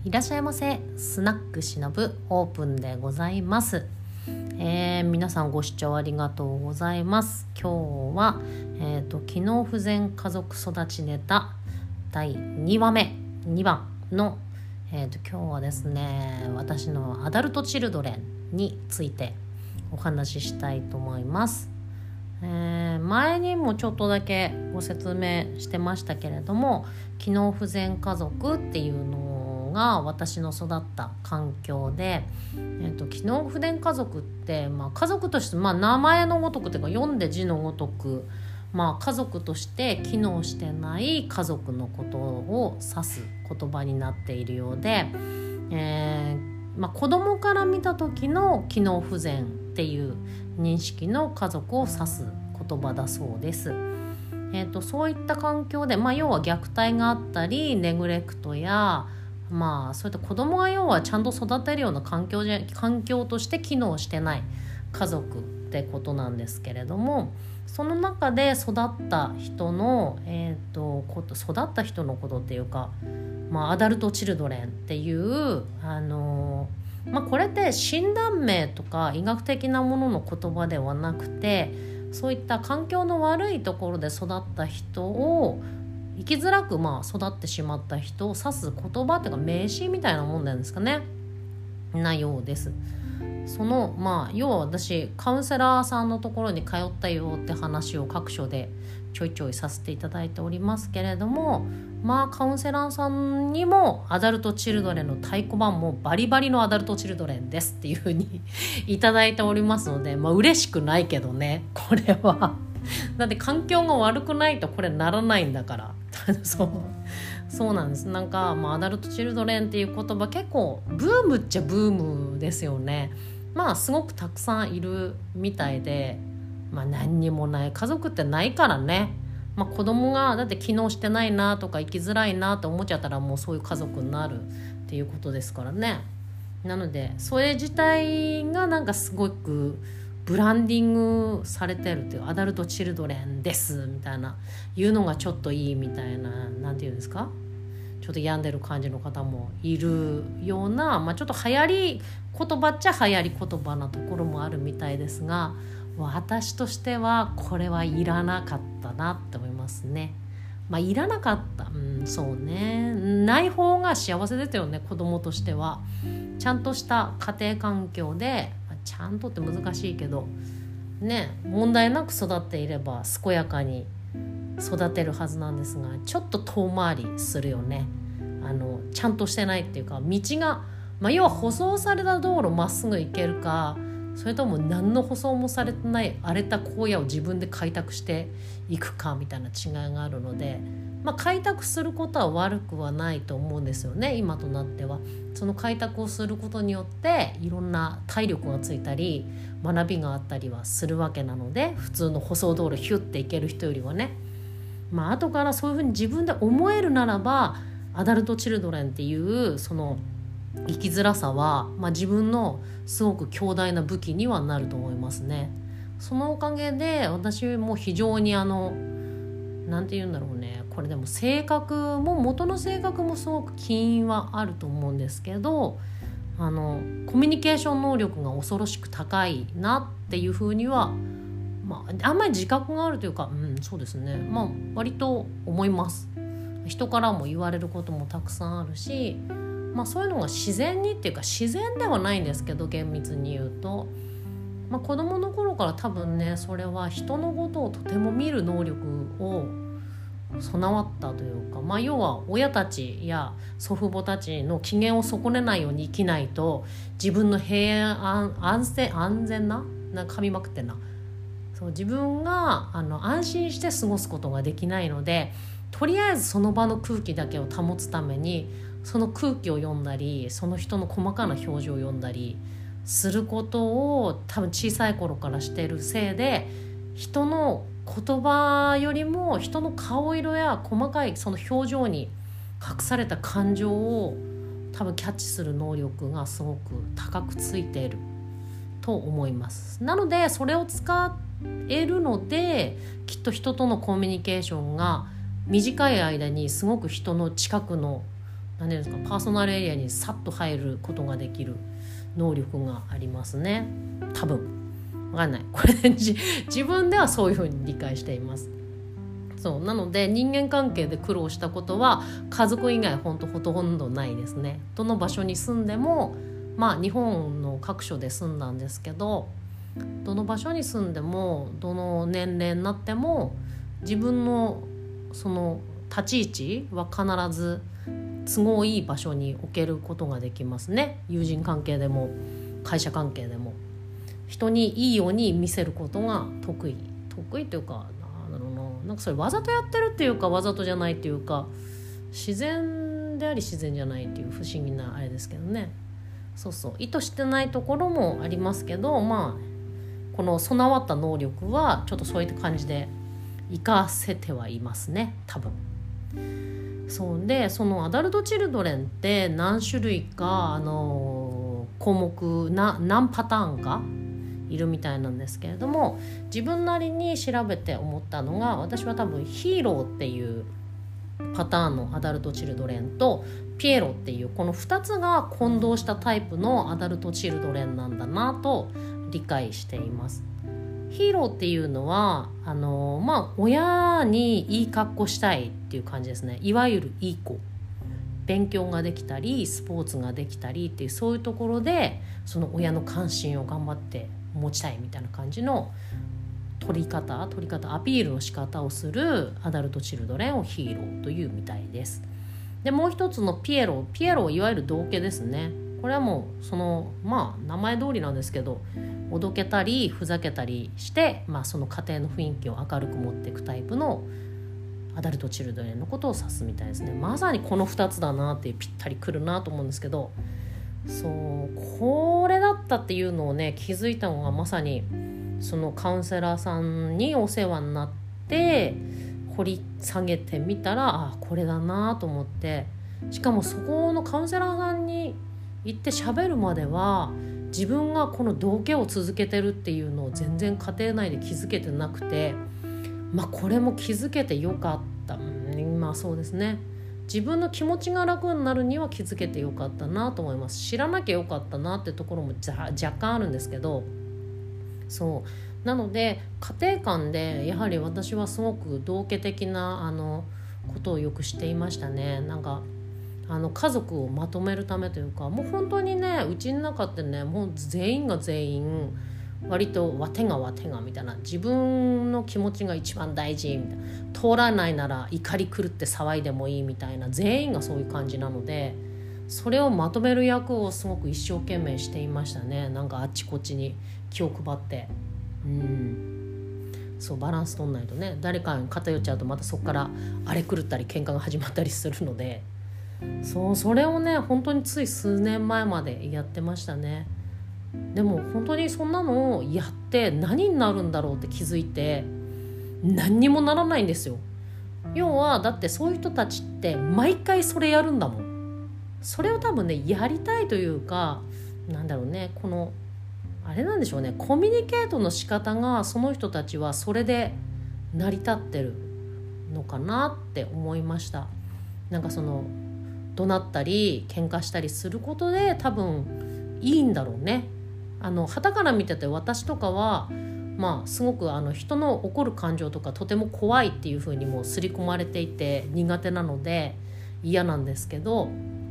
いらっしゃいませ。スナックしのぶオープンでございます。皆さんご視聴ありがとうございます。今日は、機能不全家族育ちネタ第2番の、今日はですね、私のアダルトチルドレンについてお話ししたいと思います。前にもちょっとだけご説明してましたけれども、機能不全家族っていうのが私の育った環境で、機能不全家族って、家族として、名前のごとくというか読んで字のごとく、家族として機能してない家族のことを指す言葉になっているようで、子供から見た時の機能不全っていう認識の家族を指す言葉だそうです。そういった環境で、要は虐待があったりネグレクトや、そういった子供が要はちゃんと育てるような環境として機能してない家族ってことなんですけれども、その中で育った人のことっていうか、アダルトチルドレンっていうこれって診断名とか医学的なものの言葉ではなくて、そういった環境の悪いところで育った人を生きづらく育ってしまった人を指す言葉っていうか名詞みたいなもんなんですかね、なようです。その要は私カウンセラーさんのところに通ったよって話を各所でちょいちょいさせていただいておりますけれども、カウンセラーさんにもアダルトチルドレンの太鼓判もバリバリのアダルトチルドレンですっていう風にいただいておりますので、嬉しくないけどね、これはだって環境が悪くないとこれならないんだからそうなんです。アダルトチルドレンっていう言葉結構ブームっちゃブームですよね。すごくたくさんいるみたいで、何にもない家族ってないからね。子供がだって機能してないなとか生きづらいなと思っちゃったらもうそういう家族になるっていうことですからね。なのでそれ自体がすごくブランディングされてるっていう、アダルトチルドレンですみたいないうのがちょっといいみたいな、なんていうんですか、ちょっと病んでる感じの方もいるような、ちょっと流行り言葉っちゃ流行り言葉なところもあるみたいですが、私としてはこれはいらなかったなって思いますね。いらなかった、そうね、ない方が幸せですよね。子供としてはちゃんとした家庭環境で、ちゃんとって難しいけどね、問題なく育っていれば健やかに育てるはずなんですが、ちょっと遠回りするよね。ちゃんとしてないっていうか、道が、要は舗装された道路まっすぐ行けるか、それとも何の舗装もされてない荒れた荒野を自分で開拓していくかみたいな違いがあるので、開拓することは悪くはないと思うんですよね。今となってはその開拓をすることによっていろんな体力がついたり学びがあったりはするわけなので、普通の舗装道路ヒュッて行ける人よりはね、後からそういうふうに自分で思えるならば、アダルトチルドレンっていうその生きづらさは、自分のすごく強大な武器にはなると思いますね。そのおかげで私も非常になんて言うんだろうね、これでも元の性格もすごく起因はあると思うんですけど、コミュニケーション能力が恐ろしく高いなっていうふうには、あんまり自覚があるというか、そうですね、割と思います。人からも言われることもたくさんあるし、そういうのが自然にっていうか、自然ではないんですけど厳密に言うと、子供の頃から多分ね、それは人のことをとても見る能力を備わったというか、要は親たちや祖父母たちの機嫌を損ねないように生きないと、自分の安全な噛みまくってんな、そう自分が安心して過ごすことができないので、とりあえずその場の空気だけを保つためにその空気を読んだり、その人の細かな表情を読んだりすることを多分小さい頃からしているせいで、人の言葉よりも人の顔色や細かいその表情に隠された感情を多分キャッチする能力がすごく高くついていると思います。なのでそれを使えるので、きっと人とのコミュニケーションが短い間にすごく人の近くの何ていうんですか、パーソナルエリアにさっと入ることができる能力がありますね。多分分かんない、これで自分ではそういうふうに理解しています。そうなので人間関係で苦労したことは家族以外ほとんどないですね。どの場所に住んでも、日本の各所で住んだんですけど、どの場所に住んでもどの年齢になっても自分のその立ち位置は必ず都合いい場所に置けることができますね。友人関係でも会社関係でも人にいいように見せることが得意というか、なんかそれわざとやってるっていうかわざとじゃないっていうか、自然であり自然じゃないっていう不思議なあれですけどね。そう意図してないところもありますけど、この備わった能力はちょっとそういった感じで活かせてはいますね、多分。そうで、そのアダルトチルドレンって何種類か項目何パターンかいるみたいなんですけれども、自分なりに調べて思ったのが、私は多分ヒーローっていうパターンのアダルトチルドレンとピエロっていうこの2つが混同したタイプのアダルトチルドレンなんだなと理解しています。ヒーローっていうのは親にいい格好したいっていう感じですね。いわゆるいい子、勉強ができたりスポーツができたりっていう、そういうところでその親の関心を頑張って持ちたいみたいな感じの取り方アピールの仕方をするアダルトチルドレンをヒーローというみたいです。でもう一つのピエロいわゆる道化ですね。これはもうその名前通りなんですけど、おどけたりふざけたりして、その家庭の雰囲気を明るく持っていくタイプのアダルトチルドレンのことを指すみたいですね。まさにこの2つだなってぴったりくるなと思うんですけど、そうこれだったっていうのをね気づいたのが、まさにそのカウンセラーさんにお世話になって掘り下げてみたら、これだなと思って、しかもそこのカウンセラーさんに行って喋るまでは自分がこの道化を続けてるっていうのを全然家庭内で気づけてなくて、これも気づけてよかった。そうですね、自分の気持ちが楽になるには気づけてよかったなと思います。知らなきゃよかったなってところも若干あるんですけど、そうなので家庭間でやはり私はすごく道化的なことをよくしていましたね。なんか家族をまとめるためというか、もう本当にね、うちの中ってね、もう全員が全員割とわてがみたいな、自分の気持ちが一番大事みたいな、通らないなら怒り狂って騒いでもいいみたいな、全員がそういう感じなので、それをまとめる役をすごく一生懸命していましたね。なんかあっちこっちに気を配って、そうバランス取んないとね、誰かに偏っちゃうとまたそこから荒れ狂ったり喧嘩が始まったりするので、それをね本当につい数年前までやってましたね。でも本当にそんなのをやって何になるんだろうって気づいて、何にもならないんですよ。要はだってそういう人たちって毎回それやるんだもん。それを多分ねやりたいというか、なんだろうね、このあれなんでしょうね、コミュニケートの仕方がその人たちはそれで成り立ってるのかなって思いました。なんかその怒鳴ったり喧嘩したりすることで多分いいんだろうね。傍から見てて私とかはすごく人の怒る感情とかとても怖いっていう風にも刷り込まれていて苦手なので嫌なんですけど、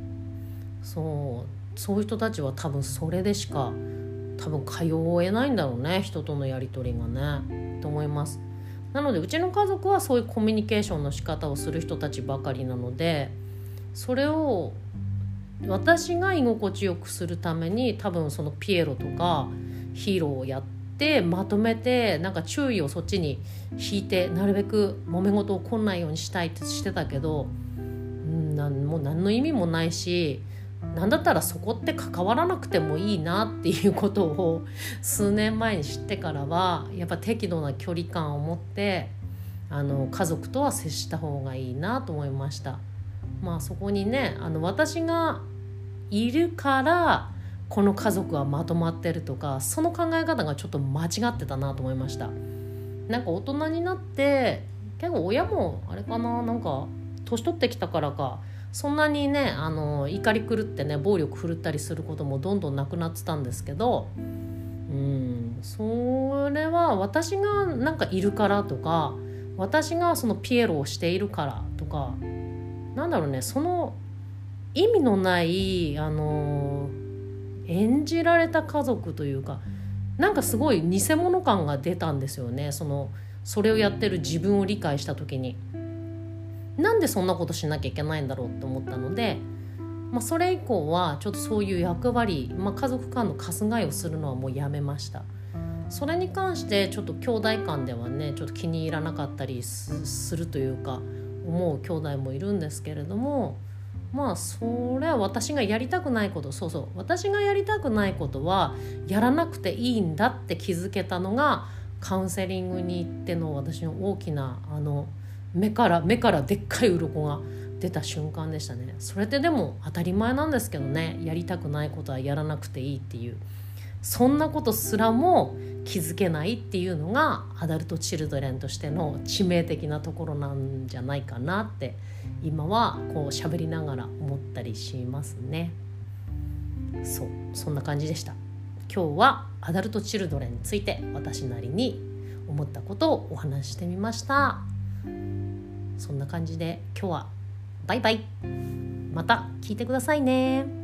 そういう人たちは多分それでしか通えないんだろうね、人とのやり取りがねと思います。なのでうちの家族はそういうコミュニケーションの仕方をする人たちばかりなので、それを私が居心地よくするために多分そのピエロとかヒーローをやってまとめて、なんか注意をそっちに引いてなるべく揉め事起こんないようにしたいってしてたけど、もう何の意味もないし、なんだったらそこって関わらなくてもいいなっていうことを数年前に知ってからはやっぱ適度な距離感を持って家族とは接した方がいいなと思いました。そこにね私がいるからこの家族はまとまってるとか、その考え方がちょっと間違ってたなと思いました。なんか大人になって結構親もあれかな、なんか年取ってきたからかそんなにね怒り狂ってね暴力振るったりすることもどんどんなくなってたんですけど、それは私がなんかいるからとか、私がそのピエロをしているからとか、なんだろうね、その意味のない演じられた家族というか、なんかすごい偽物感が出たんですよね。それをやってる自分を理解した時に、なんでそんなことしなきゃいけないんだろうって思ったので、それ以降はちょっとそういう役割、家族間のかすがいをするのはもうやめました。それに関してちょっと兄弟間ではねちょっと気に入らなかったりするというか思う兄弟もいるんですけれども、それは私がやりたくないこと、私がやりたくないことはやらなくていいんだって気づけたのがカウンセリングに行っての私の大きな目からでっかい鱗が出た瞬間でしたね。それってでも当たり前なんですけどね、やりたくないことはやらなくていいっていう、そんなことすらも気づけないっていうのがアダルトチルドレンとしての致命的なところなんじゃないかなって今はこう喋りながら思ったりしますね。そんな感じでした。今日はアダルトチルドレンについて私なりに思ったことをお話ししてみました。そんな感じで今日はバイバイ。また聞いてくださいね。